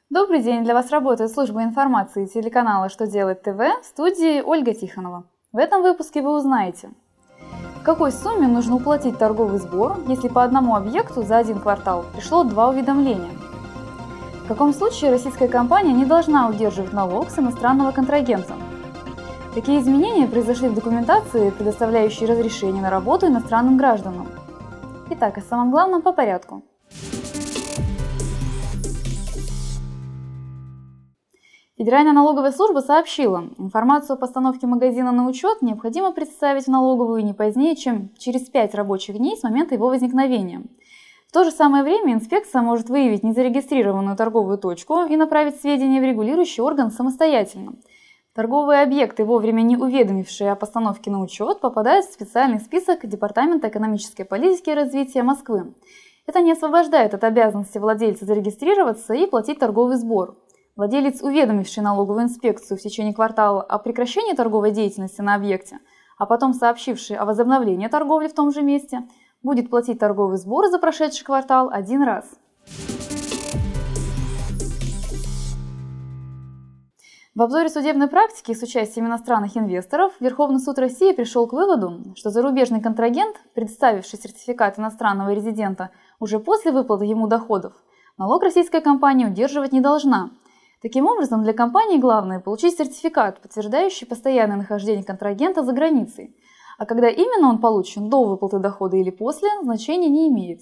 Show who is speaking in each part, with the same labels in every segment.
Speaker 1: Добрый день! Для вас работает служба информации телеканала «Что делать ТВ», в студии Ольга Тихонова. В этом выпуске вы узнаете, в какой сумме нужно уплатить торговый сбор, если по одному объекту за один квартал пришло 2 уведомления, в каком случае российская компания не должна удерживать налог с иностранного контрагента, какие изменения произошли в документации, предоставляющей разрешение на работу иностранным гражданам. Итак, о самом главном по порядку. Федеральная налоговая служба сообщила, информацию о постановке магазина на учет необходимо представить в налоговую не позднее, чем через 5 рабочих дней с момента его возникновения. В то же самое время инспекция может выявить незарегистрированную торговую точку и направить сведения в регулирующий орган самостоятельно. Торговые объекты, вовремя не уведомившие о постановке на учет, попадают в специальный список Департамента экономической политики и развития Москвы. Это не освобождает от обязанности владельца зарегистрироваться и платить торговый сбор. Владелец, уведомивший налоговую инспекцию в течение квартала о прекращении торговой деятельности на объекте, а потом сообщивший о возобновлении торговли в том же месте, будет платить торговый сбор за прошедший квартал один раз. В обзоре судебной практики с участием иностранных инвесторов Верховный суд России пришел к выводу, что зарубежный контрагент, представивший сертификат иностранного резидента уже после выплаты ему доходов, налог российская компания удерживать не должна. Таким образом, для компании главное получить сертификат, подтверждающий постоянное нахождение контрагента за границей. А когда именно он получен, до выплаты дохода или после, значения не имеет.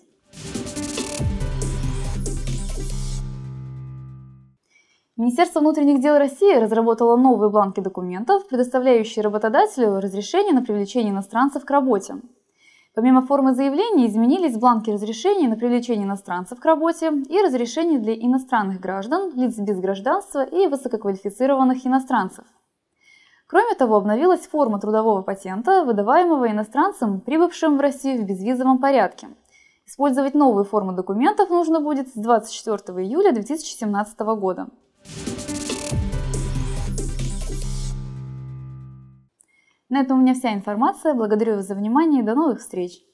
Speaker 1: Министерство внутренних дел России разработало новые бланки документов, предоставляющие работодателю разрешение на привлечение иностранцев к работе. Помимо формы заявления изменились бланки разрешений на привлечение иностранцев к работе и разрешений для иностранных граждан, лиц без гражданства и высококвалифицированных иностранцев. Кроме того, обновилась форма трудового патента, выдаваемого иностранцам, прибывшим в Россию в безвизовом порядке. Использовать новые формы документов нужно будет с 24 июля 2017 года. На этом у меня вся информация. Благодарю вас за внимание и до новых встреч!